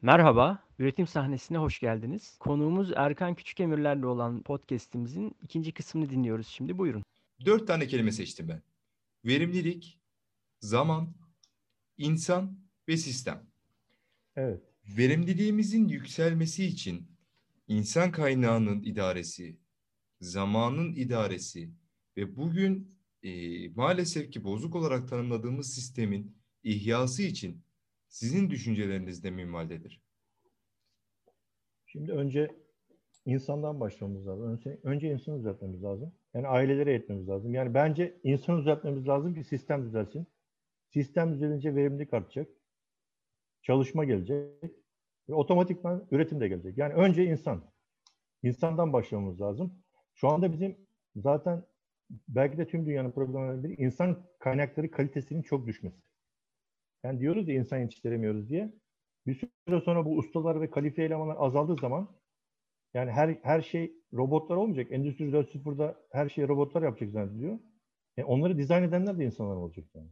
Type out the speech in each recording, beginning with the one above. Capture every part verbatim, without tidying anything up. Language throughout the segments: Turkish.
Merhaba, üretim sahnesine hoş geldiniz. Konuğumuz Erkan Küçükemirler'le olan podcast'imizin ikinci kısmını dinliyoruz şimdi. Buyurun. Dört tane kelime seçtim ben. Verimlilik, zaman, insan ve sistem. Evet. Verimliliğimizin yükselmesi için insan kaynağının idaresi, zamanın idaresi ve bugün e, maalesef ki bozuk olarak tanımladığımız sistemin ihyası için sizin düşünceleriniz ne minvaldedir? Şimdi önce insandan başlamamız lazım. Önce, önce insanı düzeltmemiz lazım. Yani aileleri eğitmemiz lazım. Yani bence insanı düzeltmemiz lazım ki sistem düzelsin. Sistem düzelince verimlilik artacak. Çalışma gelecek. Ve otomatikman üretim de gelecek. Yani önce insan. İnsandan başlamamız lazım. Şu anda bizim zaten belki de tüm dünyanın problemlerinden biri insan kaynakları kalitesinin çok düşmesi. Yani diyoruz ya insan yetiştiremiyoruz diye. Bir süre sonra bu ustalar ve kalifiye elemanlar azaldığı zaman yani her her şey robotlar olmayacak. Endüstri dört nokta sıfırda her şeyi robotlar yapacak zannediliyor. E onları dizayn edenler de insanlar olacak yani.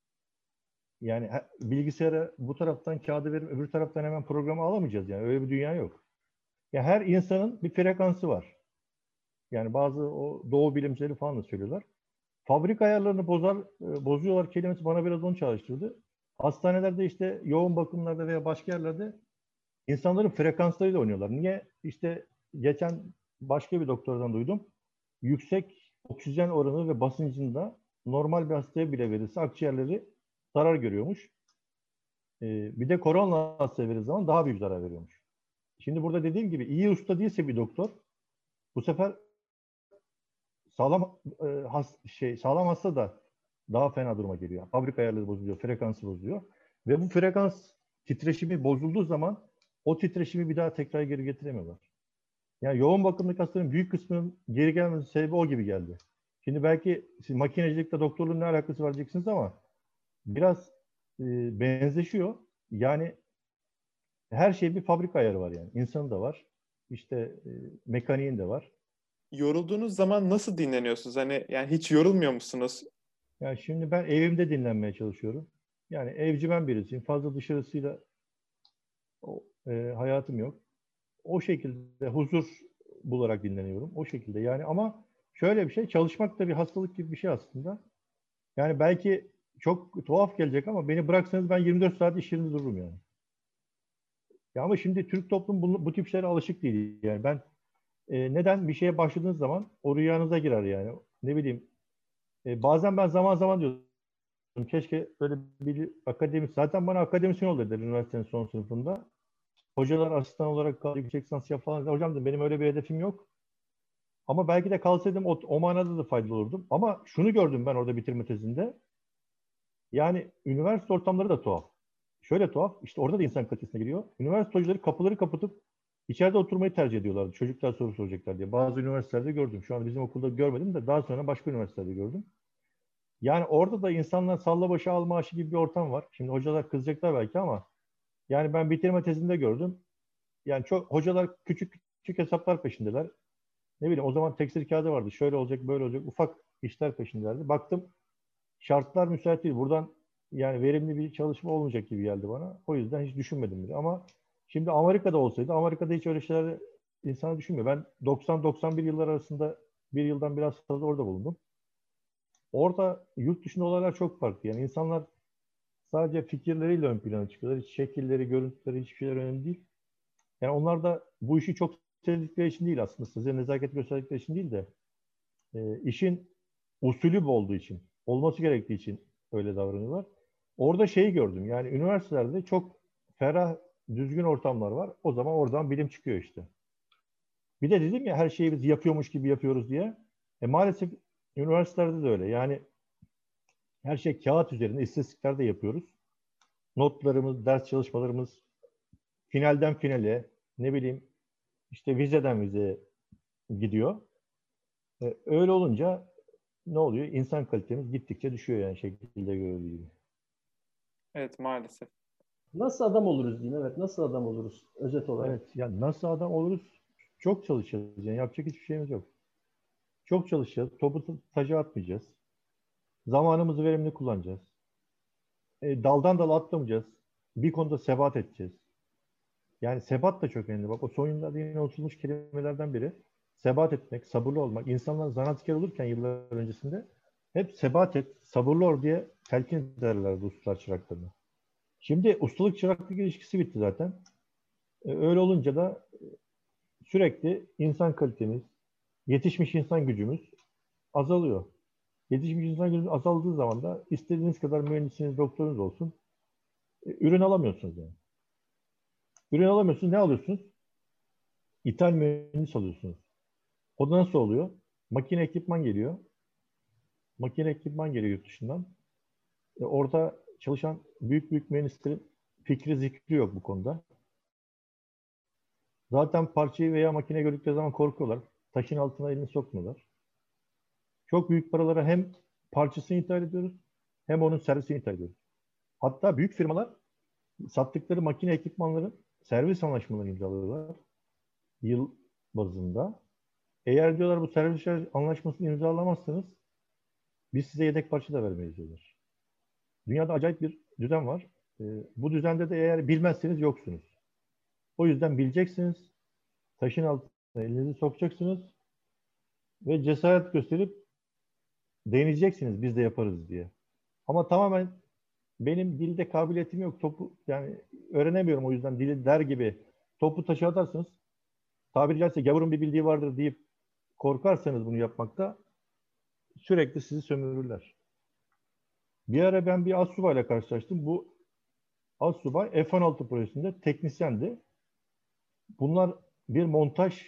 Yani bilgisayara bu taraftan kağıdı verip öbür taraftan hemen programı alamayacağız yani. Öyle bir dünya yok. Ya her insanın bir frekansı var. Yani bazı o doğu bilimcileri falan da söylüyorlar. Fabrika ayarlarını bozar, e, bozuyorlar kelimesi bana biraz onu çalıştırdı. Hastanelerde işte yoğun bakımlarda veya başka yerlerde insanların frekanslarıyla oynuyorlar. Niye? İşte geçen başka bir doktordan duydum. Yüksek oksijen oranı ve basıncında normal bir hastaya bile verirse akciğerleri zarar görüyormuş. Ee, bir de korona hastaya verildiği zaman daha büyük zarar veriyormuş. Şimdi burada dediğim gibi iyi usta değilse bir doktor bu sefer sağlam e, has, şey sağlam hasta da daha fena duruma geliyor. Fabrika ayarları bozuluyor, frekansı bozuluyor. Ve bu frekans titreşimi bozulduğu zaman o titreşimi bir daha tekrar geri getiremiyorlar. Yani yoğun bakımdaki hastaların büyük kısmının geri gelmesi sebebi o gibi geldi. Şimdi belki siz makinecilikle doktorluğun ne alakası var diyeceksiniz ama biraz e, benzeşiyor. Yani her şey bir fabrika ayarı var yani. İnsanın da var. İşte e, mekaniğin de var. Yorulduğunuz zaman nasıl dinleniyorsunuz? Hani yani hiç yorulmuyor musunuz? Yani şimdi ben evimde dinlenmeye çalışıyorum. Yani evcimen birisiyim. Fazla dışarısıyla o, e, hayatım yok. O şekilde huzur bularak dinleniyorum. O şekilde yani ama şöyle bir şey çalışmak da bir hastalık gibi bir şey aslında. Yani belki çok tuhaf gelecek ama beni bıraksanız ben yirmi dört saat iş yerinde dururum yani. Ya ama şimdi Türk toplumu bu, bu tip şeylere alışık değil. Yani ben e, neden bir şeye başladığınız zaman o rüyanıza girer yani. Ne bileyim e, bazen ben zaman zaman diyorum keşke böyle bir akademisyen, zaten bana akademisyen ol dediler üniversitenin son sınıfında. Hocalar asistan olarak kal, yüksek lisans yap falan. Hocam dedim benim öyle bir hedefim yok. Ama belki de kalsaydım o, o manada da faydalı olurdum. Ama şunu gördüm ben orada bitirme tezinde. Yani üniversite ortamları da tuhaf. Şöyle tuhaf, işte orada da insan kalitesine giriyor. Üniversite hocaları kapıları kapatıp içeride oturmayı tercih ediyorlardı. Çocuklar soru soracaklar diye. Bazı üniversitelerde gördüm. Şu an bizim okulda görmedim de daha sonra başka üniversitelerde gördüm. Yani orada da insanlar salla başı al maaşı gibi bir ortam var. Şimdi hocalar kızacaklar belki ama yani ben bitirme tezinde gördüm. Yani çok hocalar küçük küçük hesaplar peşindeler. Ne bileyim o zaman tekstil kağıdı vardı. Şöyle olacak, böyle olacak. Ufak işler peşindelerdi. Baktım şartlar müsait değil. Buradan yani verimli bir çalışma olmayacak gibi geldi bana. O yüzden hiç düşünmedim bile. Ama şimdi Amerika'da olsaydı, Amerika'da hiç öyle şeyler insan düşünmüyor. Ben doksan doksan bir yıllar arasında bir yıldan biraz fazla orada bulundum. Orada yurt dışında olaylar çok farklı. Yani insanlar sadece fikirleriyle ön plana çıkıyorlar. Hiç şekilleri, görüntüleri, hiçbir şeyler önemli değil. Yani onlar da bu işi çok sevdikleri için değil aslında. Size nezaket gösterdikleri için değil de e, işin usulü bu olduğu için, olması gerektiği için öyle davranıyorlar. Orada şeyi gördüm. Yani üniversitelerde çok ferah, düzgün ortamlar var. O zaman oradan bilim çıkıyor işte. Bir de dedim ya her şeyi biz yapıyormuş gibi yapıyoruz diye. E maalesef üniversitelerde de öyle. Yani her şey kağıt üzerinde, istatistiklerde yapıyoruz. Notlarımız, ders çalışmalarımız finalden finale, ne bileyim işte vizeden vizeye gidiyor. E, öyle olunca ne oluyor? İnsan kalitemiz gittikçe düşüyor yani şekilde görüldüğü gibi. Evet, maalesef. Nasıl adam oluruz diyeyim. Evet, nasıl adam oluruz özet olarak. Evet, yani nasıl adam oluruz? Çok çalışacağız. Yani yapacak hiçbir şeyimiz yok. Çok çalışacağız. Topu taca atmayacağız. Zamanımızı verimli kullanacağız. E, daldan dala atlamayacağız. Bir konuda sebat edeceğiz. Yani sebat da çok önemli. Bak o son yıllarda yine unutulmuş kelimelerden biri. Sebat etmek, sabırlı olmak. İnsanlar zanaatkar olurken yıllar öncesinde hep sebat et, sabırlı ol diye telkin ederlerdi ustalar çıraklarına. Şimdi ustalık çıraklık ilişkisi bitti zaten. E, öyle olunca da sürekli insan kalitemiz, yetişmiş insan gücümüz azalıyor. Yetişmiş insan gücümüz azaldığı zaman da istediğiniz kadar mühendisiniz, doktorunuz olsun, e, ürün alamıyorsunuz yani. Ürün alamıyorsunuz, ne alıyorsunuz? İthal mühendis alıyorsunuz. O da nasıl oluyor? Makine ekipman geliyor. Makine ekipman geliyor yurt dışından. E, orada çalışan büyük büyük mühendislerin fikri zikri yok bu konuda. Zaten parçayı veya makine gördükleri zaman korkuyorlar. Taşın altına elini sokmuyorlar. Çok büyük paralara hem parçasını ithal ediyoruz hem onun servisini ithal ediyoruz. Hatta büyük firmalar sattıkları makine ekipmanların servis anlaşmalarını imzalıyorlar. Yıl bazında. Eğer diyorlar bu servis anlaşmasını imzalamazsanız biz size yedek parça da vermeyiz diyorlar. Dünyada acayip bir düzen var. Ee, bu düzende de eğer bilmezseniz yoksunuz. O yüzden bileceksiniz. Taşın altına elinizi sokacaksınız ve cesaret gösterip deneyeceksiniz biz de yaparız diye. Ama tamamen benim dilde kabiliyetim yok. Topu yani öğrenemiyorum o yüzden dili der gibi topu taşa atarsınız. Tabiri caizse gavurun bir bildiği vardır deyip korkarsanız bunu yapmakta sürekli sizi sömürürler. Bir ara ben bir astsubayla karşılaştım. Bu astsubay F on altı projesinde teknisyendi. Bunlar bir montaj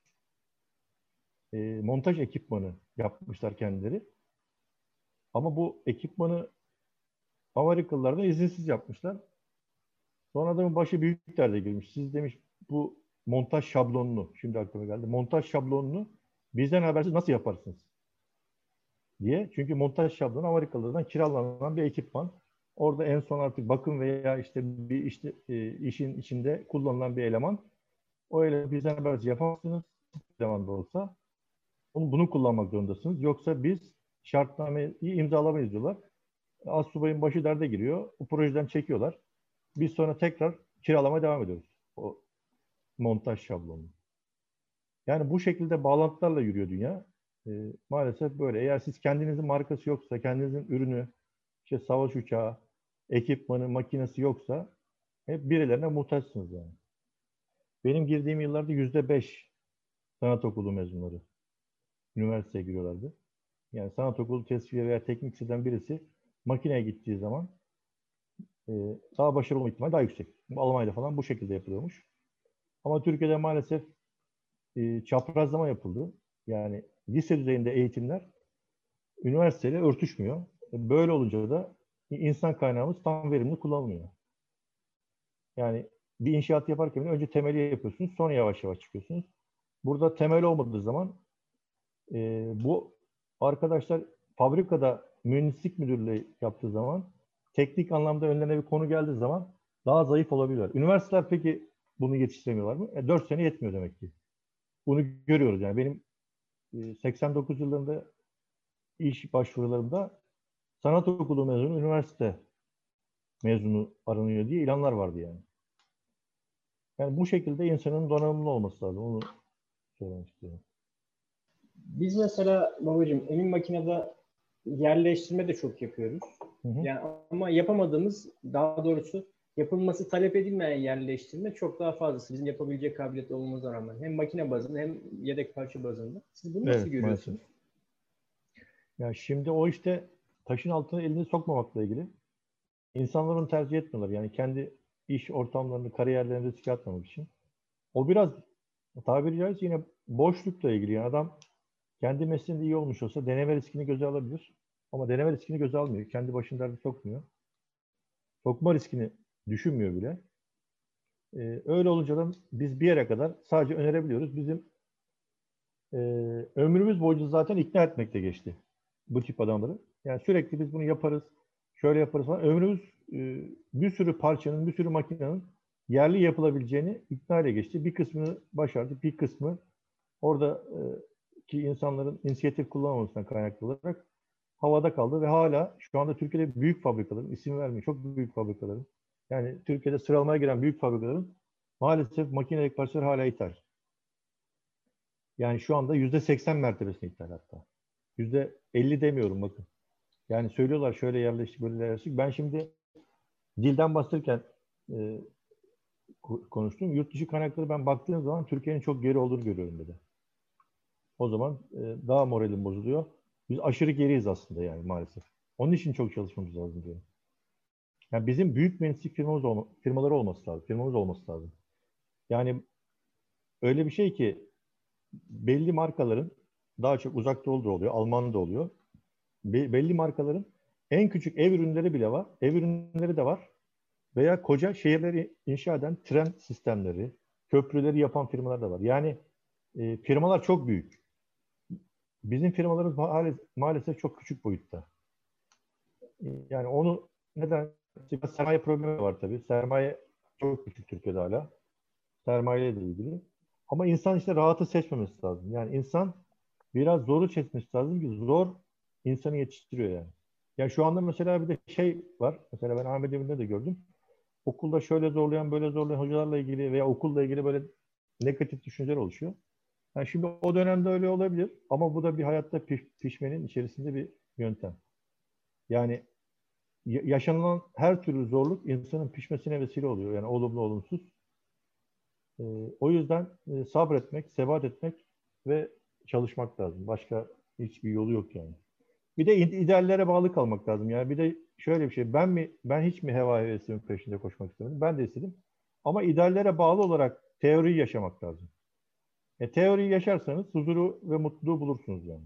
e, montaj ekipmanı yapmışlar kendileri. Ama bu ekipmanı Amerikalılardan izinsiz yapmışlar. Sonra adamın başı büyük derde girmiş. Siz demiş bu montaj şablonunu, şimdi aklıma geldi. Montaj şablonunu bizden habersiz nasıl yaparsınız? Diye. Çünkü montaj şablonu Amerikalılardan kiralanan bir ekipman. Orada en son artık bakım veya işte bir işte e, işin içinde kullanılan bir eleman. O elemanı bizden habersiz yapamazsınız. Zamanda olsa. Bunu, bunu kullanmak zorundasınız. Yoksa biz şartnameyi imzalamayız diyorlar. Astsubayın başı derde giriyor. O projeden çekiyorlar. Biz sonra tekrar kiralamaya devam ediyoruz. O montaj şablonu. Yani bu şekilde bağlantılarla yürüyor dünya. E, maalesef böyle. Eğer siz kendinizin markası yoksa, kendinizin ürünü, işte savaş uçağı, ekipmanı, makinesi yoksa hep birilerine muhtaçsınız yani. Benim girdiğim yıllarda yüzde beş sanat okulu mezunları üniversiteye giriyorlardı. Yani sanat okulu tesviye veya teknik liseden birisi makineye gittiği zaman e, daha başarılı olma ihtimali daha yüksek. Almanya'da falan bu şekilde yapılıyormuş. Ama Türkiye'de maalesef e, çaprazlama yapıldı. Yani lise düzeyinde eğitimler üniversiteyle örtüşmüyor. Böyle olunca da insan kaynağımız tam verimli kullanılmıyor. Yani bir inşaat yaparken önce temeli yapıyorsunuz, sonra yavaş yavaş çıkıyorsunuz. Burada temel olmadığı zaman e, bu arkadaşlar fabrikada mühendislik müdürlüğü yaptığı zaman teknik anlamda önlerine bir konu geldiği zaman daha zayıf olabilirler. Üniversiteler peki bunu yetiştiremiyorlar mı? E, dört sene yetmiyor demek ki. Bunu görüyoruz yani. Benim e, seksen dokuz yıllarında iş başvurularımda sanat okulu mezunu, üniversite mezunu aranıyor diye ilanlar vardı yani. Yani bu şekilde insanın donanımlı olması lazım. Onu söylemek istiyorum. Biz mesela babacığım emin makinede yerleştirme de çok yapıyoruz. Hı hı. Yani ama yapamadığımız, daha doğrusu yapılması talep edilmeyen yerleştirme çok daha fazlası. Bizim yapabilecek kabiliyetli olmamıza rağmen. Hem makine bazında hem yedek parça bazında. Siz bunu nasıl Evet, görüyorsunuz? maalesef. Ya şimdi o işte taşın altına elini sokmamakla ilgili. İnsanlar onu tercih etmiyorlar. Yani kendi iş ortamlarını, kariyerlerini riske atmamak için. O biraz tabiri caizse yine boşlukla ilgili. Yani adam kendi mesleğinde iyi olmuş olsa deneme riskini göze alabilir. Ama deneme riskini göze almıyor. Kendi başını derde sokmuyor. Sokma riskini düşünmüyor bile. Ee, öyle olunca da biz bir yere kadar sadece önerebiliyoruz. Bizim e, ömrümüz boyunca zaten ikna etmekle geçti bu tip adamları. Yani sürekli biz bunu yaparız, şöyle yaparız falan. Ömrümüz e, bir sürü parçanın, bir sürü makinenin yerli yapılabileceğini ikna ile geçti. Bir kısmını başardık, bir kısmı orada e, ki insanların inisiyatif kullanmamasından kaynaklı olarak havada kaldı ve hala şu anda Türkiye'de büyük fabrikaların, isim vermiyor, çok büyük fabrikaların, yani Türkiye'de sıralamaya giren büyük fabrikaların Maalesef makinedeki parçalar hala ithal. Yani şu anda yüzde seksen mertebesinde ithal hatta. Yüzde elli demiyorum bakın. Yani söylüyorlar şöyle yerleştik, böyle yerleştik. Ben şimdi dilden bahsederken e, konuştum. Yurt dışı kaynakları ben baktığım zaman Türkiye'nin çok geri olduğunu görüyorum dedi. O zaman e, daha moralim bozuluyor. Biz aşırı geriyiz aslında yani maalesef. Onun için çok çalışmamız lazım diyorum. Yani bizim büyük mühendislik firmamız olma, firmaları olması lazım. Firmamız olması lazım. Yani öyle bir şey ki belli markaların daha çok uzak doğuda oluyor, Alman'da oluyor. Be- belli markaların en küçük ev ürünleri bile var. Ev ürünleri de var. Veya koca şehirleri inşa eden tren sistemleri, köprüleri yapan firmalar da var. Yani e, firmalar çok büyük. Bizim firmalarımız ma- maalesef çok küçük boyutta. Yani onu neden? İşte sermaye problemi var tabii. Sermaye çok küçük Türkiye'de hala. Sermayeyle de ilgili. Ama insan işte rahatı seçmemesi lazım. Yani insan biraz zoru seçmesi lazım ki zor insanı yetiştiriyor yani. Yani şu anda mesela bir de şey var. Mesela ben Ahmet Emin'de de gördüm. Okulda şöyle zorlayan, böyle zorlayan hocalarla ilgili veya okulla ilgili böyle negatif düşünceler oluşuyor. Yani şimdi o dönemde öyle olabilir ama bu da bir hayatta piş- pişmenin içerisinde bir yöntem. Yani ya- yaşanılan her türlü zorluk insanın pişmesine vesile oluyor. Yani olumlu olumsuz. Ee, o yüzden e, sabretmek, sebat etmek ve çalışmak lazım. Başka hiçbir yolu yok yani. Bir de ide- ideallere bağlı kalmak lazım. Yani bir de şöyle bir şey. Ben mi ben hiç mi heva hevesimin peşinde koşmak istemedim? Ben de istedim. Ama ideallere bağlı olarak teoriyi yaşamak lazım. E, teoriyi yaşarsanız huzuru ve mutluluğu bulursunuz yani.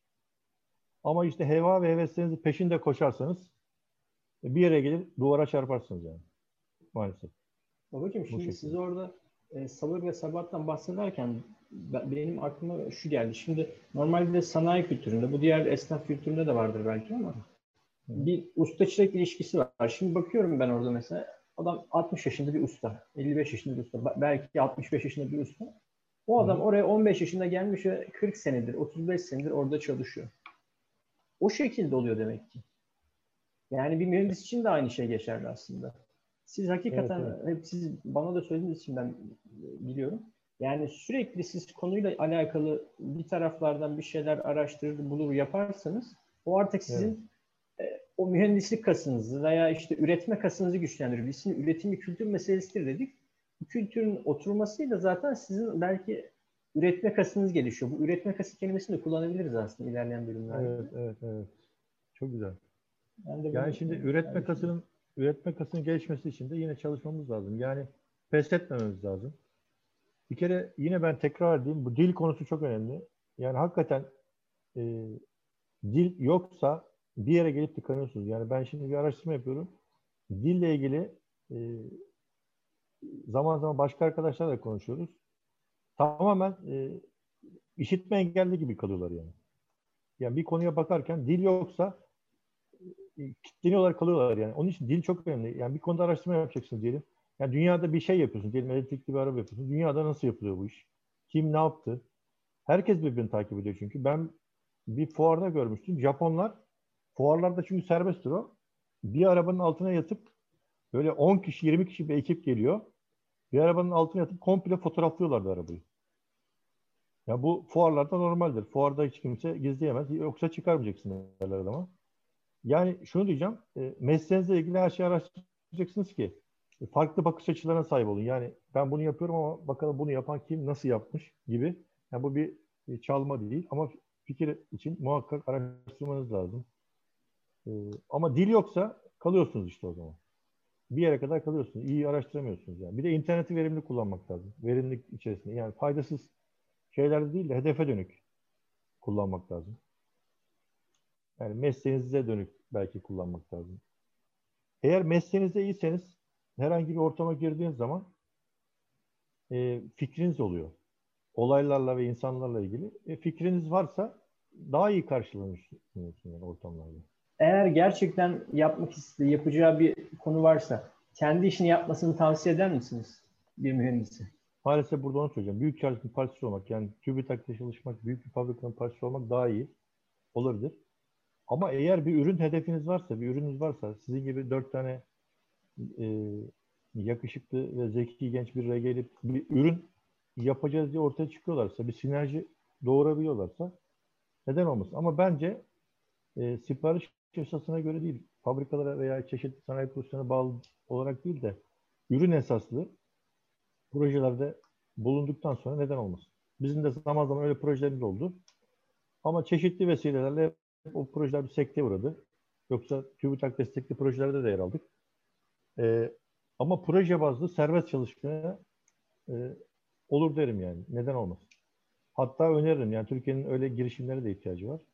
Ama işte heva ve heveslerinizin peşinde koşarsanız e, bir yere gelir duvara çarparsınız yani. Maalesef. Babacığım Bu şimdi siz şekilde. orada e, sabır ve sabattan bahsederken ben- benim aklıma şu geldi. Şimdi normalde sanayi kültüründe, bu diğer esnaf kültüründe de vardır belki ama Hı hı. bir usta çırak ilişkisi var. Şimdi bakıyorum ben orada mesela adam altmış yaşında bir usta, elli beş yaşında bir usta, ba- belki altmış beş yaşında bir usta. O Hı adam hı. oraya on beş yaşında gelmiş ve kırk senedir, otuz beş senedir orada çalışıyor. O şekilde oluyor demek ki. Yani bir mühendis için de aynı şey geçerli aslında. Siz Evet, hakikaten, evet. hep siz bana da söylediğiniz için ben biliyorum. Yani sürekli siz konuyla alakalı bir taraflardan bir şeyler araştırır, bulur, yaparsanız o artık Evet. sizin e, o mühendislik kasınızı veya işte üretme kasınızı güçlendirir. Biz şimdi üretim bir kültür meselesidir dedik. Bu kültürün oturmasıyla zaten sizin belki üretme kasınız gelişiyor. Bu üretme kası kelimesini de kullanabiliriz aslında ilerleyen bölümlerde. Evet, evet, evet. Çok güzel. Ben de Yani bunu şimdi e, üretme paylaşayım. kasının üretme kasının gelişmesi için de yine çalışmamız lazım. Yani pes etmememiz lazım. Bir kere yine ben tekrar edeyim. Bu dil konusu çok önemli. Yani hakikaten e, dil yoksa bir yere gelip tıkanıyorsunuz. Yani ben şimdi bir araştırma yapıyorum. Dille ilgili e, zaman zaman başka arkadaşlarla konuşuyoruz. Tamamen e, işitme engelli gibi kalıyorlar yani. Yani bir konuya bakarken dil yoksa e, kilitleniyorlar kalıyorlar yani. Onun için dil çok önemli. Yani bir konuda araştırma yapacaksın diyelim. Yani dünyada bir şey yapıyorsun. Diyelim elektrikli bir araba yapıyorsun. Dünyada nasıl yapılıyor bu iş? Kim ne yaptı? Herkes birbirini takip ediyor çünkü. Ben bir fuarda görmüştüm. Japonlar fuarlarda çünkü serbesttir o. Bir arabanın altına yatıp böyle on kişi yirmi kişi bir ekip geliyor. Bir arabanın altına yatıp komple fotoğraflıyorlardı arabayı. Ya bu fuarlarda normaldir. Fuarda hiç kimse gizleyemez. Yoksa çıkarmayacaksın derler adama. Yani şunu diyeceğim. E, mesleğinizle ilgili her şeyi araştıracaksınız ki e, farklı bakış açılarına sahip olun. Yani ben bunu yapıyorum ama bakalım bunu yapan kim, nasıl yapmış gibi. Yani bu bir e, çalma değil ama fikir için muhakkak araştırmanız lazım. E, ama dil yoksa kalıyorsunuz işte o zaman. Bir yere kadar kalıyorsunuz. İyi araştıramıyorsunuz yani. Bir de interneti verimli kullanmak lazım. Verimlilik içerisinde. Yani faydasız şeylerde değil de hedefe dönük kullanmak lazım. Yani mesleğinize dönük belki kullanmak lazım. Eğer mesleğinizde iyiyseniz herhangi bir ortama girdiğiniz zaman e, fikriniz oluyor. Olaylarla ve insanlarla ilgili. E, fikriniz varsa daha iyi karşılanırsınız yani ortamlarda. Eğer gerçekten yapmak istediği, yapacağı bir konu varsa kendi işini yapmasını tavsiye eder misiniz bir mühendisi? Maalesef burada onu söyleyeceğim. Büyük çalışmanın parçası olmak, yani TÜBİTAK'ta çalışmak, büyük bir fabrikanın parçası olmak daha iyi olabilir. Ama eğer bir ürün hedefiniz varsa, bir ürününüz varsa, sizin gibi dört tane e, yakışıklı ve zeki genç bir araya gelip bir ürün yapacağız diye ortaya çıkıyorlarsa, bir sinerji doğurabiliyorlarsa neden olmasın? Ama bence e, sipariş esasına göre değil, fabrikalara veya çeşitli sanayi kuruluşlarına bağlı olarak değil de ürün esaslı projelerde bulunduktan sonra neden olmasın? Bizim de zaman zaman öyle projelerimiz oldu. Ama çeşitli vesilelerle o projeler bir sekteye uğradı. Yoksa TÜBİTAK destekli projelerde de yer aldık. Ee, ama proje bazlı serbest çalışmaya e, olur derim yani. Neden olmasın? Hatta öneririm. Yani Türkiye'nin öyle girişimlere de ihtiyacı var.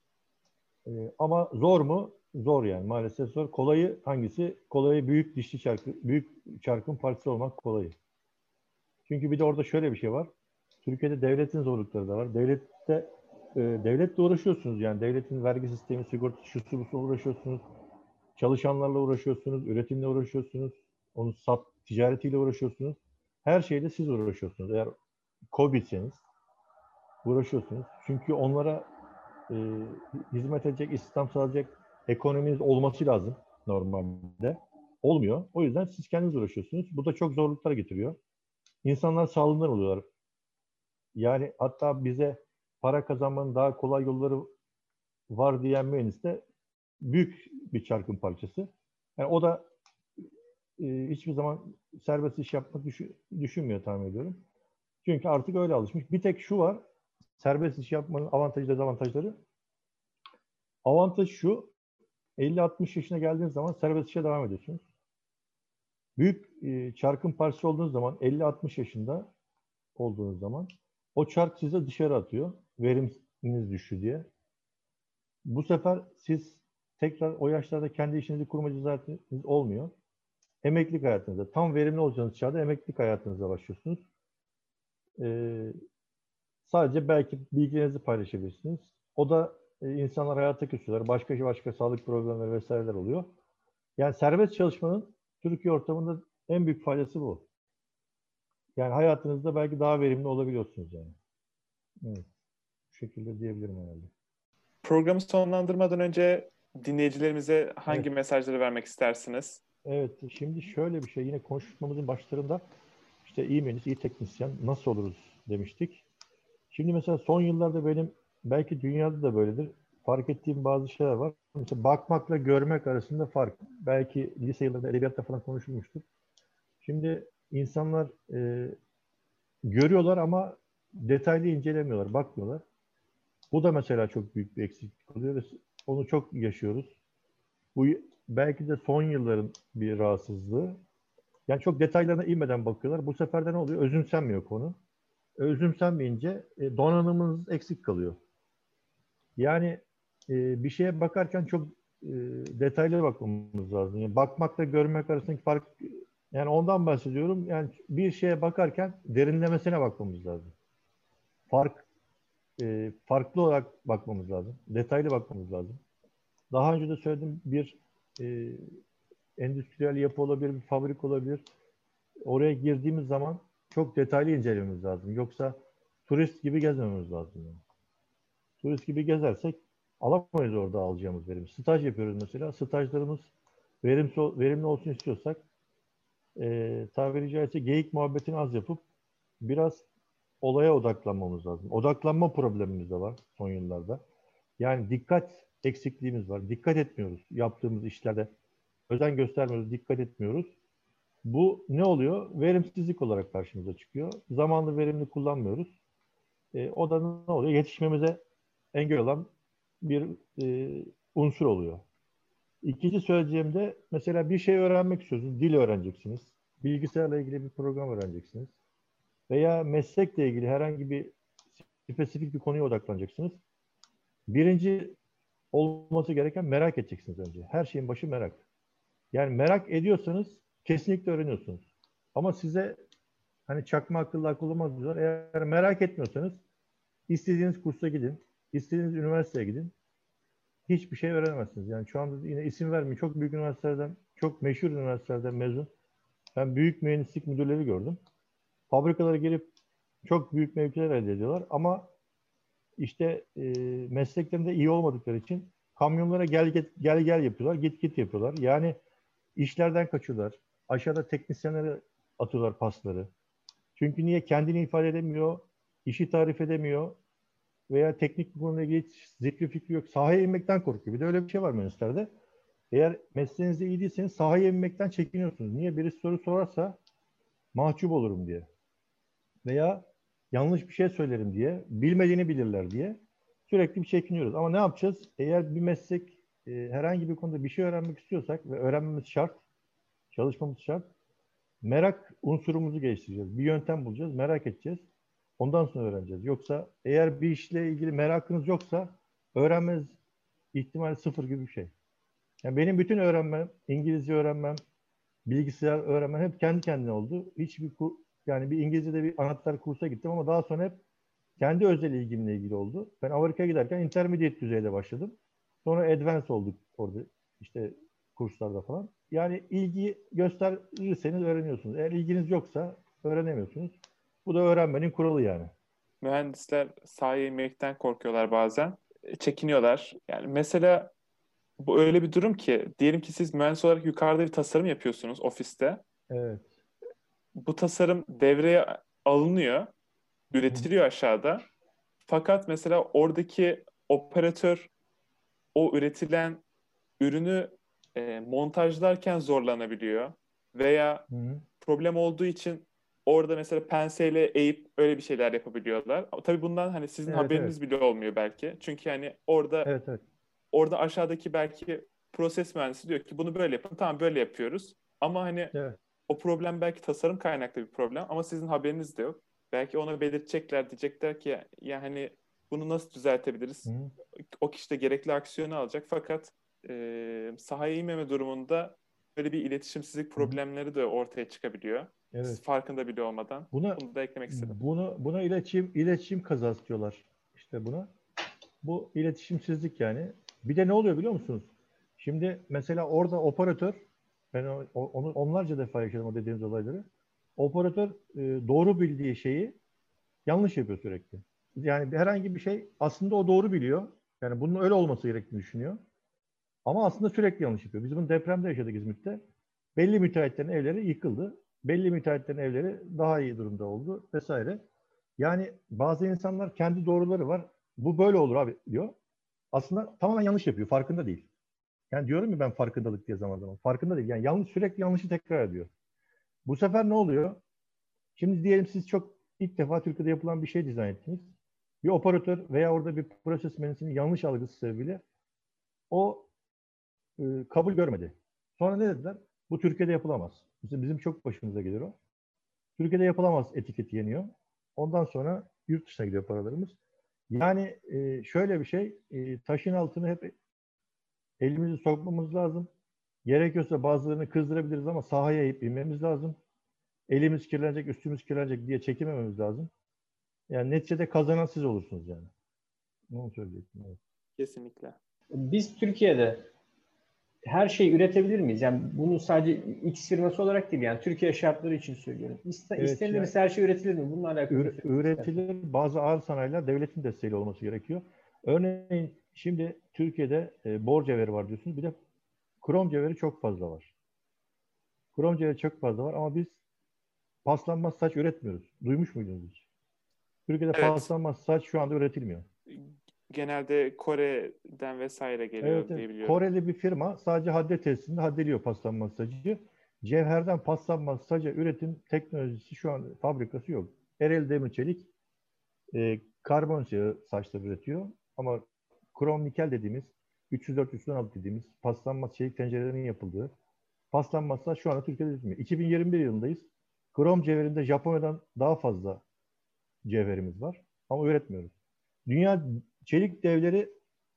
Ee, ama zor mu? Zor yani. Maalesef zor. Kolayı hangisi? Kolayı büyük dişli çarkı, büyük çarkın parçası olmak kolayı. Çünkü bir de orada şöyle bir şey var. Türkiye'de devletin zorlukları da var. Devlette e, devletle uğraşıyorsunuz yani. Devletin vergi sistemi, sigortası, şusu busu uğraşıyorsunuz. Çalışanlarla uğraşıyorsunuz, üretimle uğraşıyorsunuz. Onu sat, ticaretiyle uğraşıyorsunuz. Her şeyle siz uğraşıyorsunuz. Eğer KOBİ'seniz uğraşıyorsunuz. Çünkü onlara e, hizmet edecek, istihdam sağlayacak ekonominiz olması lazım normalde. Olmuyor. O yüzden siz kendiniz uğraşıyorsunuz. Bu da çok zorluklar getiriyor. İnsanlar sağlığından oluyorlar. Yani hatta bize para kazanmanın daha kolay yolları var diyen mühendis de büyük bir çarkın parçası. Yani o da e, hiçbir zaman serbest iş yapmak düşün, düşünmüyor tahmin ediyorum. Çünkü artık öyle alışmış. Bir tek şu var, serbest iş yapmanın avantajı dezavantajları. Avantaj şu, elli altmış yaşına geldiğiniz zaman serbest işe devam ediyorsunuz. Büyük e, çarkın parçası olduğunuz zaman, elli altmış yaşında olduğunuz zaman o çark size dışarı atıyor. Veriminiz düşüyor diye. Bu sefer siz tekrar o yaşlarda kendi işinizi kurma cesaretiniz olmuyor. Emeklilik hayatınızda, tam verimli olacağınız çağda emeklilik hayatınıza başlıyorsunuz. Ee, sadece belki bilgilerinizi paylaşabilirsiniz. O da e, insanlar hayata küsüyorlar. Başka başka sağlık problemleri vesaireler oluyor. Yani serbest çalışmanın Türkiye ortamında en büyük faydası bu. Yani hayatınızda belki daha verimli olabiliyorsunuz yani. Evet. Bu şekilde diyebilirim herhalde. Programı sonlandırmadan önce dinleyicilerimize hangi Evet. mesajları vermek istersiniz? Evet, şimdi şöyle bir şey, yine konuşmamızın başlarında işte iyi mühendis, iyi teknisyen nasıl oluruz demiştik. Şimdi mesela son yıllarda benim, belki dünyada da böyledir, fark ettiğim bazı şeyler var. Mesela bakmakla görmek arasında fark. Belki lise yıllarında edebiyatta falan konuşulmuştur. Şimdi insanlar e, görüyorlar ama detaylı incelemiyorlar, bakmıyorlar. Bu da mesela çok büyük bir eksiklik oluyor ve onu çok yaşıyoruz. Bu belki de son yılların bir rahatsızlığı. Yani çok detaylarına inmeden bakıyorlar. Bu sefer de ne oluyor? Özümsenmiyor konu. Özümsenmeyince e, donanımınız eksik kalıyor. Yani e, bir şeye bakarken çok e, detaylı bakmamız lazım. Yani bakmakla görmek arasındaki fark, yani ondan bahsediyorum. Yani bir şeye bakarken derinlemesine bakmamız lazım. Fark e, farklı olarak bakmamız lazım. Detaylı bakmamız lazım. Daha önce de söyledim, bir e, endüstriyel yapı olabilir, bir fabrik olabilir. Oraya girdiğimiz zaman çok detaylı incelememiz lazım. Yoksa turist gibi gezmememiz lazım. Yani. Turist gibi gezersek alamayız orada alacağımız verim. Staj yapıyoruz mesela. Stajlarımız verimli, verimli olsun istiyorsak e, tabiri caizse geyik muhabbetini az yapıp biraz olaya odaklanmamız lazım. Odaklanma problemimiz de var son yıllarda. Yani dikkat eksikliğimiz var. Dikkat etmiyoruz yaptığımız işlerde. Özen göstermiyoruz, dikkat etmiyoruz. Bu ne oluyor? Verimsizlik olarak karşımıza çıkıyor. Zamanlı verimli kullanmıyoruz. E, o da ne oluyor? Yetişmemize engel olan bir e, unsur oluyor. İkinci söyleyeceğim de mesela bir şey öğrenmek istiyorsunuz. Dil öğreneceksiniz. Bilgisayarla ilgili bir program öğreneceksiniz. Veya meslekle ilgili herhangi bir spesifik bir konuya odaklanacaksınız. Birinci olması gereken merak edeceksiniz önce. Her şeyin başı merak. Yani merak ediyorsanız kesinlikle öğreniyorsunuz. Ama size hani çakma akıllı akıl olmaz diyorlar. Eğer merak etmiyorsanız istediğiniz kursa gidin, istediğiniz üniversiteye gidin. Hiçbir şey öğrenemezsiniz. Yani şu anda yine isim vermeyeyim. Çok büyük üniversitelerden, çok meşhur üniversitelerden mezun. Ben büyük mühendislik müdürleri gördüm. Fabrikalara girip çok büyük mevkiler elde ediyorlar. Ama işte e, mesleklerinde iyi olmadıkları için kamyonlara gel gel gel, gel yapıyorlar, git git yapıyorlar. Yani işlerden kaçıyorlar. Aşağıda teknisyenlere atıyorlar pasları. Çünkü niye? Kendini ifade edemiyor, işi tarif edemiyor veya teknik bir konuyla ilgili hiç zikri fikri yok. Sahaya inmekten korkuyor. Bir de öyle bir şey var mühendislerde. Eğer mesleğinizde iyi değilseniz sahaya inmekten çekiniyorsunuz. Niye? Birisi soru sorarsa mahcup olurum diye. Veya yanlış bir şey söylerim diye, bilmediğini bilirler diye sürekli bir çekiniyoruz. Ama ne yapacağız? Eğer bir meslek e, herhangi bir konuda bir şey öğrenmek istiyorsak ve öğrenmemiz şart, çalışmamız şart, merak unsurumuzu geliştireceğiz. Bir yöntem bulacağız, merak edeceğiz. Ondan sonra öğreneceğiz. Yoksa eğer bir işle ilgili merakınız yoksa öğrenmeniz ihtimali sıfır gibi bir şey. Yani benim bütün öğrenmem, İngilizce öğrenmem, bilgisayar öğrenmem hep kendi kendine oldu. Hiçbir ku- yani bir İngilizce'de bir anahtar kursa gittim ama daha sonra hep kendi özel ilgimle ilgili oldu. Ben Amerika'ya giderken intermediate düzeyde başladım. Sonra advanced olduk orada işte kurslarda falan. Yani ilgi gösterirseniz öğreniyorsunuz. Eğer ilginiz yoksa öğrenemiyorsunuz. Bu da öğrenmenin kuralı yani. Mühendisler sahaya inmekten korkuyorlar bazen. E, Çekiniyorlar. Yani mesela bu öyle bir durum ki diyelim ki siz mühendis olarak yukarıda bir tasarım yapıyorsunuz ofiste. Evet. Bu tasarım devreye alınıyor, üretiliyor aşağıda. Fakat mesela oradaki operatör o üretilen ürünü e, montajlarken zorlanabiliyor veya Hı hı. problem olduğu için orada mesela penseyle eğip öyle bir şeyler yapabiliyorlar. Ama tabii bundan hani sizin Evet, haberiniz evet. bile olmuyor belki. Çünkü hani orada Evet, evet. orada aşağıdaki belki proses mühendisi diyor ki bunu böyle yapın. Tamam böyle yapıyoruz. Ama hani Evet. o problem belki tasarım kaynaklı bir problem ama sizin haberiniz de yok. Belki ona belirtecekler, diyecekler ki ya, ya hani bunu nasıl düzeltebiliriz? Hı hı. O kişi de gerekli aksiyonu alacak fakat e, sahaya inmeme durumunda böyle bir iletişimsizlik Hı hı. problemleri de ortaya çıkabiliyor. Evet. Siz farkında bile olmadan. Buna Bunu da eklemek istedim. bunu buna iletişim iletişim kazası diyorlar. İşte buna. Bu iletişimsizlik yani. Bir de ne oluyor biliyor musunuz? Şimdi mesela orada operatör, ben o- onu onlarca defa yaşadım o dediğiniz olayları. Operatör e, doğru bildiği şeyi yanlış yapıyor sürekli. Yani herhangi bir şey aslında o doğru biliyor. Yani bunun öyle olması gerektiğini düşünüyor. Ama aslında sürekli yanlış yapıyor. Biz bunu depremde yaşadık İzmit'te. Belli müteahhitlerin evleri yıkıldı. Belli müteahhitlerin evleri daha iyi durumda oldu vesaire. Yani bazı insanlar kendi doğruları var. Bu böyle olur abi diyor. Aslında tamamen yanlış yapıyor. Farkında değil. Yani diyorum ya ben farkındalık diye zaman zaman. Farkında değil. Yani yanlış sürekli yanlışı tekrar ediyor. Bu sefer ne oluyor? Şimdi diyelim siz çok ilk defa Türkiye'de yapılan bir şey dizayn ettiniz. Bir operatör veya orada bir proses mühendisinin yanlış algısı sebebiyle o e, kabul görmedi. Sonra ne dediler? Bu Türkiye'de yapılamaz. Bizim, bizim çok başımıza gelir o. Türkiye'de yapılamaz etiketi yeniyor. Ondan sonra yurt dışına gidiyor paralarımız. Yani e, şöyle bir şey, e, taşın altını hep elimizi sokmamız lazım. Gerekiyorsa bazılarını kızdırabiliriz ama sahaya eğip inmemiz lazım. Elimiz kirlenecek, üstümüz kirlenecek diye çekinmememiz lazım. Yani neticede kazanan siz olursunuz yani. Onu söyleyecektim. Evet. Kesinlikle. Biz Türkiye'de her şeyi üretebilir miyiz? Yani bunu sadece X firması olarak değil, yani Türkiye şartları için söylüyorum. İste, Evet, istenilirse yani her şey üretilir mi? Bununla alakalı ne üre- söylemek istersin? üretilir. Bazı ağır sanayiler devletin desteğiyle olması gerekiyor. Örneğin şimdi Türkiye'de e, bor cevheri var diyorsunuz. Bir de krom cevheri çok fazla var. Krom cevheri çok fazla var ama biz paslanmaz saç üretmiyoruz. Duymuş muydunuz hiç? Türkiye'de Evet. paslanmaz saç şu anda üretilmiyor. Genelde Kore'den vesaire Evet, geliyor evet. diye biliyorum. Koreli bir firma sadece hadde testinde haddeliyor paslanmaz sacı. Cevherden paslanmaz saca üretim teknolojisi şu an fabrikası yok. Ereğli Demir Çelik e, karbon yağı saçları üretiyor. Ama krom nikel dediğimiz üç yüz dört üç yüz on altı dediğimiz paslanmaz çelik tencerelerin yapıldığı paslanmaz saç şu anda Türkiye'de üretilmiyor. iki bin yirmi bir yılındayız. Krom cevherinde Japonya'dan daha fazla cevherimiz var. Ama üretmiyoruz. Dünya çelik devleri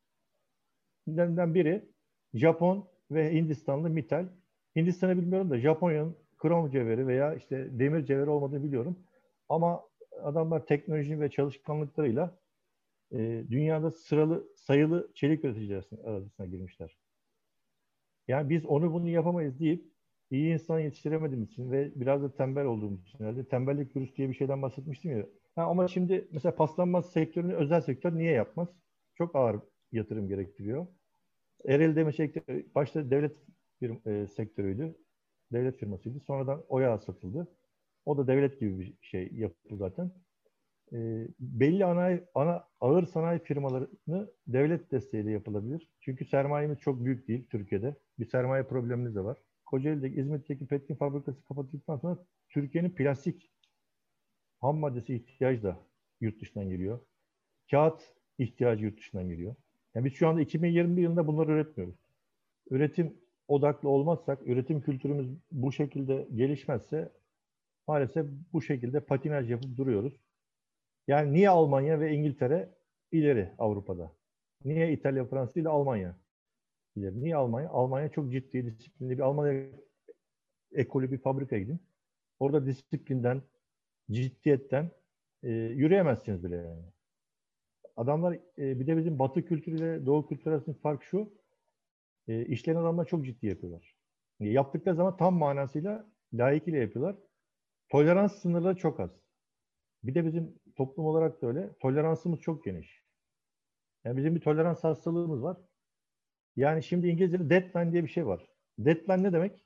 biri Japon ve Hindistanlı Mittal. Hindistan'ı bilmiyorum da Japonya'nın krom cevheri veya işte demir cevheri olmadığını biliyorum. Ama adamlar teknoloji ve çalışkanlıklarıyla e, dünyada sıralı sayılı çelik üreticiler arasına girmişler. Yani biz onu bunu yapamayız deyip iyi insan yetiştiremediğimiz için ve biraz da tembel olduğumuz için herhalde tembellik virüs diye bir şeyden bahsetmiştim ya. Ha, ama şimdi mesela paslanmaz sektörünü özel sektör niye yapmaz? Çok ağır yatırım gerektiriyor. Ereğli Demir Çelik başta devlet bir e, sektörüydü. Devlet firmasıydı. Sonradan Oya satıldı. O da devlet gibi bir şey yaptı zaten. E, belli ana, ana ağır sanayi firmalarını devlet desteğiyle yapılabilir. Çünkü sermayemiz çok büyük değil Türkiye'de. Bir sermaye problemimiz de var. Kocaeli'deki, İzmit'teki petkim fabrikası kapatıldıktan sonra Türkiye'nin plastik ham maddesi ihtiyacı da yurt dışından geliyor. Kağıt ihtiyacı yurt dışından geliyor. Yani biz şu anda iki bin yirmi bir yılında bunları üretmiyoruz. Üretim odaklı olmazsak, üretim kültürümüz bu şekilde gelişmezse maalesef bu şekilde patinaj yapıp duruyoruz. Yani niye Almanya ve İngiltere ileri Avrupa'da? Niye İtalya, Fransa ile Almanya ileri? Niye Almanya? Almanya çok ciddi, disiplinli bir Almanya ekolü bir fabrikaya gidin. Orada disiplinden, ciddiyetten e, yürüyemezsiniz bile yani. Adamlar e, bir de bizim Batı kültürüyle Doğu kültürü arasındaki fark şu. E, işlerini adamlar çok ciddi yapıyorlar. E, yaptıkları zaman tam manasıyla layıkıyla yapıyorlar. Tolerans sınırları çok az. Bir de bizim toplum olarak da öyle. Toleransımız çok geniş. Yani bizim bir tolerans hastalığımız var. Yani şimdi İngilizce'de deadline diye bir şey var. Deadline ne demek?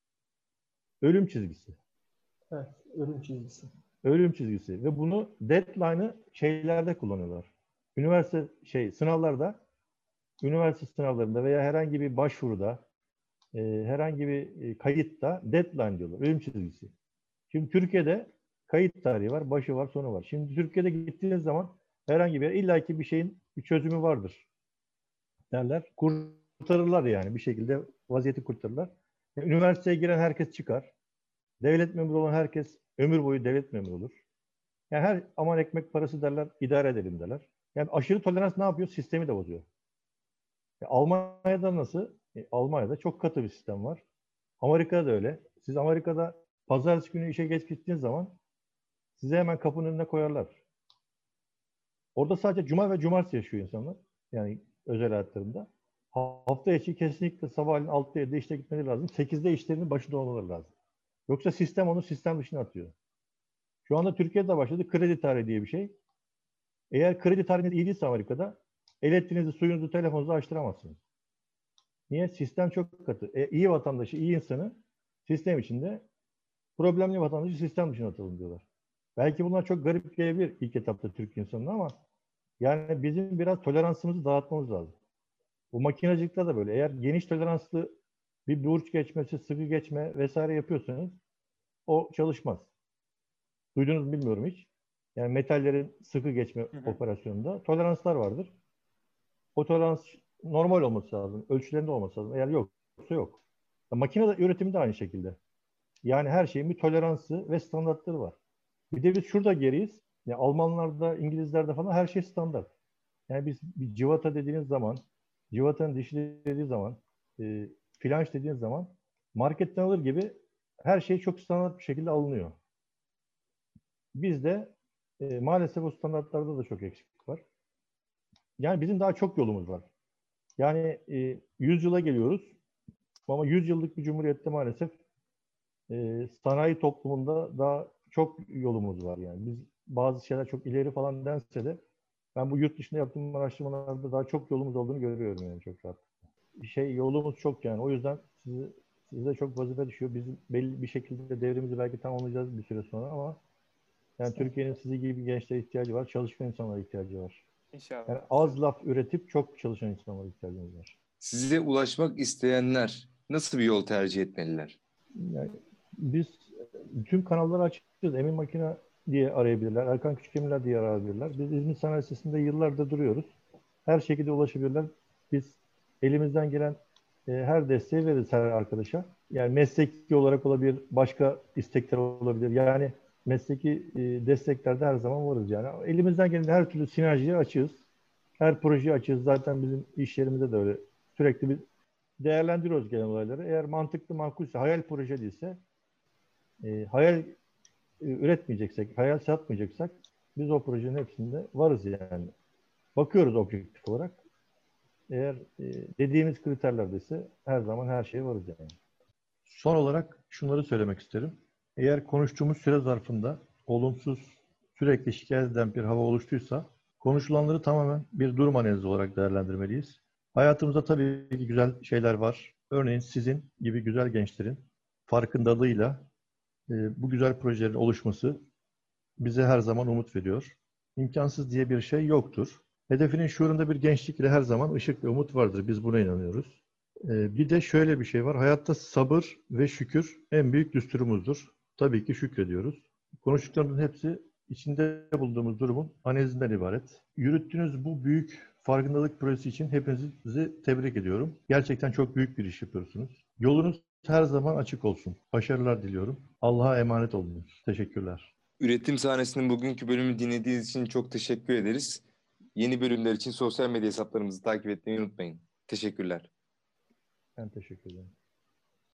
Ölüm çizgisi. Evet, ölüm çizgisi. Ölüm çizgisi. Ve bunu deadline'ı şeylerde kullanıyorlar. Üniversite şey sınavlarda, üniversite sınavlarında veya herhangi bir başvuruda, e, herhangi bir e, kayıtta deadline diyorlar. Ölüm çizgisi. Şimdi Türkiye'de kayıt tarihi var, başı var, sonu var. Şimdi Türkiye'de gittiğiniz zaman herhangi bir yer illaki bir şeyin bir çözümü vardır derler. Kurtarırlar yani bir şekilde vaziyeti kurtarırlar. Yani üniversiteye giren herkes çıkar. Devlet memuru olan herkes ömür boyu devlet memuru olur. Yani her aman ekmek parası derler, idare edelim derler. Yani aşırı tolerans ne yapıyor? Sistemi de bozuyor. E, Almanya'da nasıl? E, Almanya'da çok katı bir sistem var. Amerika'da da öyle. Siz Amerika'da pazartesi günü işe geç gittiğiniz zaman size hemen kapının önüne koyarlar. Orada sadece cuma ve cumartesi yaşıyor insanlar. Yani özel hayatlarında. Hafta içi kesinlikle sabahleyin altıda yedide işte gitmeleri lazım. sekizde işlerinin başında olmaları lazım. Yoksa sistem onu sistem dışına atıyor. Şu anda Türkiye'de başladı kredi tarihi diye bir şey. Eğer kredi tarihiniz iyi değilse Amerika'da elektriğinizi, suyunuzu, telefonunuzu açtıramazsınız. Niye? Sistem çok katı. E, iyi vatandaşı, iyi insanı sistem içinde, problemli vatandaşı sistem dışına atalım diyorlar. Belki bunlar çok garip gelebilir ilk etapta Türk insanına ama yani bizim biraz toleransımızı dağıtmamız lazım. Bu makinacılıkta da böyle. Eğer geniş toleranslı bir burç geçmesi, sıkı geçme vesaire yapıyorsanız o çalışmaz. Duydunuz mu bilmiyorum hiç. Yani metallerin sıkı geçme hı hı. operasyonunda toleranslar vardır. O tolerans normal olması lazım. Ölçülerinde olması lazım. Eğer yoksa yok. Ya, makine üretimi de aynı şekilde. Yani her şeyin bir toleransı ve standartları var. Bir de biz şurada geriyiz. Yani Almanlarda, İngilizlerde falan her şey standart. Yani biz bir civata dediğiniz zaman, civatanın dişi dediği zaman, e, flanş dediğiniz zaman marketten alır gibi her şey çok standart bir şekilde alınıyor. Bizde e, maalesef o standartlarda da çok eksiklik var. Yani bizim daha çok yolumuz var. Yani e, yüz yıla geliyoruz. Ama yüz yıllık bir cumhuriyette maalesef e, sanayi toplumunda daha çok yolumuz var. Yani biz bazı şeyler çok ileri falan dense de ben bu yurt dışında yaptığım araştırmalarda daha çok yolumuz olduğunu görüyorum yani çok rahat. Şey yolumuz çok yani. O yüzden size, size çok vazife düşüyor. Biz belli bir şekilde devrimizi belki tamamlayacağız bir süre sonra ama yani Türkiye'nin sizi gibi gençlere ihtiyacı var. Çalışkan insanlara ihtiyacı var. İnşallah. Yani az laf üretip çok çalışan insanlara ihtiyacımız var. Size ulaşmak isteyenler nasıl bir yol tercih etmeliler? Yani biz tüm kanalları açıyoruz. Emin Makine diye arayabilirler. Erkan Küçükemirler diye arayabilirler. Biz İzmir Sanayi Sitesi'nde yıllardır duruyoruz. Her şekilde ulaşabilirler. Biz elimizden gelen e, her desteği veririz her arkadaşa. Yani mesleki olarak olabilir, başka istekler olabilir. Yani mesleki e, desteklerde her zaman varız yani. Elimizden gelen her türlü sinerjiyi açığız. Her projeyi açığız. Zaten bizim iş yerimizde de öyle. Sürekli bir değerlendiriyoruz gelen olayları. Eğer mantıklı, makulse, hayal proje değilse, e, hayal e, üretmeyeceksek, hayal satmayacaksak biz o projenin hepsinde varız yani. Bakıyoruz objektif olarak. Eğer e, dediğimiz kriterlerdeyse her zaman her şeye varız yani. Son olarak şunları söylemek isterim. Eğer konuştuğumuz süre zarfında olumsuz, sürekli şikayet eden bir hava oluştuysa konuşulanları tamamen bir durum analizi olarak değerlendirmeliyiz. Hayatımızda tabii ki güzel şeyler var. Örneğin sizin gibi güzel gençlerin farkındalığıyla e, bu güzel projelerin oluşması bize her zaman umut veriyor. İmkansız diye bir şey yoktur. Hedefinin şuurunda bir gençlik ile her zaman ışık ve umut vardır. Biz buna inanıyoruz. E, bir de şöyle bir şey var. Hayatta sabır ve şükür en büyük düsturumuzdur. Tabii ki şükrediyoruz. Konuştuklarımızın hepsi içinde bulunduğumuz durumun analizinden ibaret. Yürüttüğünüz bu büyük farkındalık projesi için hepinizi tebrik ediyorum. Gerçekten çok büyük bir iş yapıyorsunuz. Yolunuz her zaman açık olsun. Başarılar diliyorum. Allah'a emanet olunuz. Teşekkürler. Üretim sahnesinin bugünkü bölümü dinlediğiniz için çok teşekkür ederiz. Yeni bölümler için sosyal medya hesaplarımızı takip etmeyi unutmayın. Teşekkürler. Ben teşekkür ederim.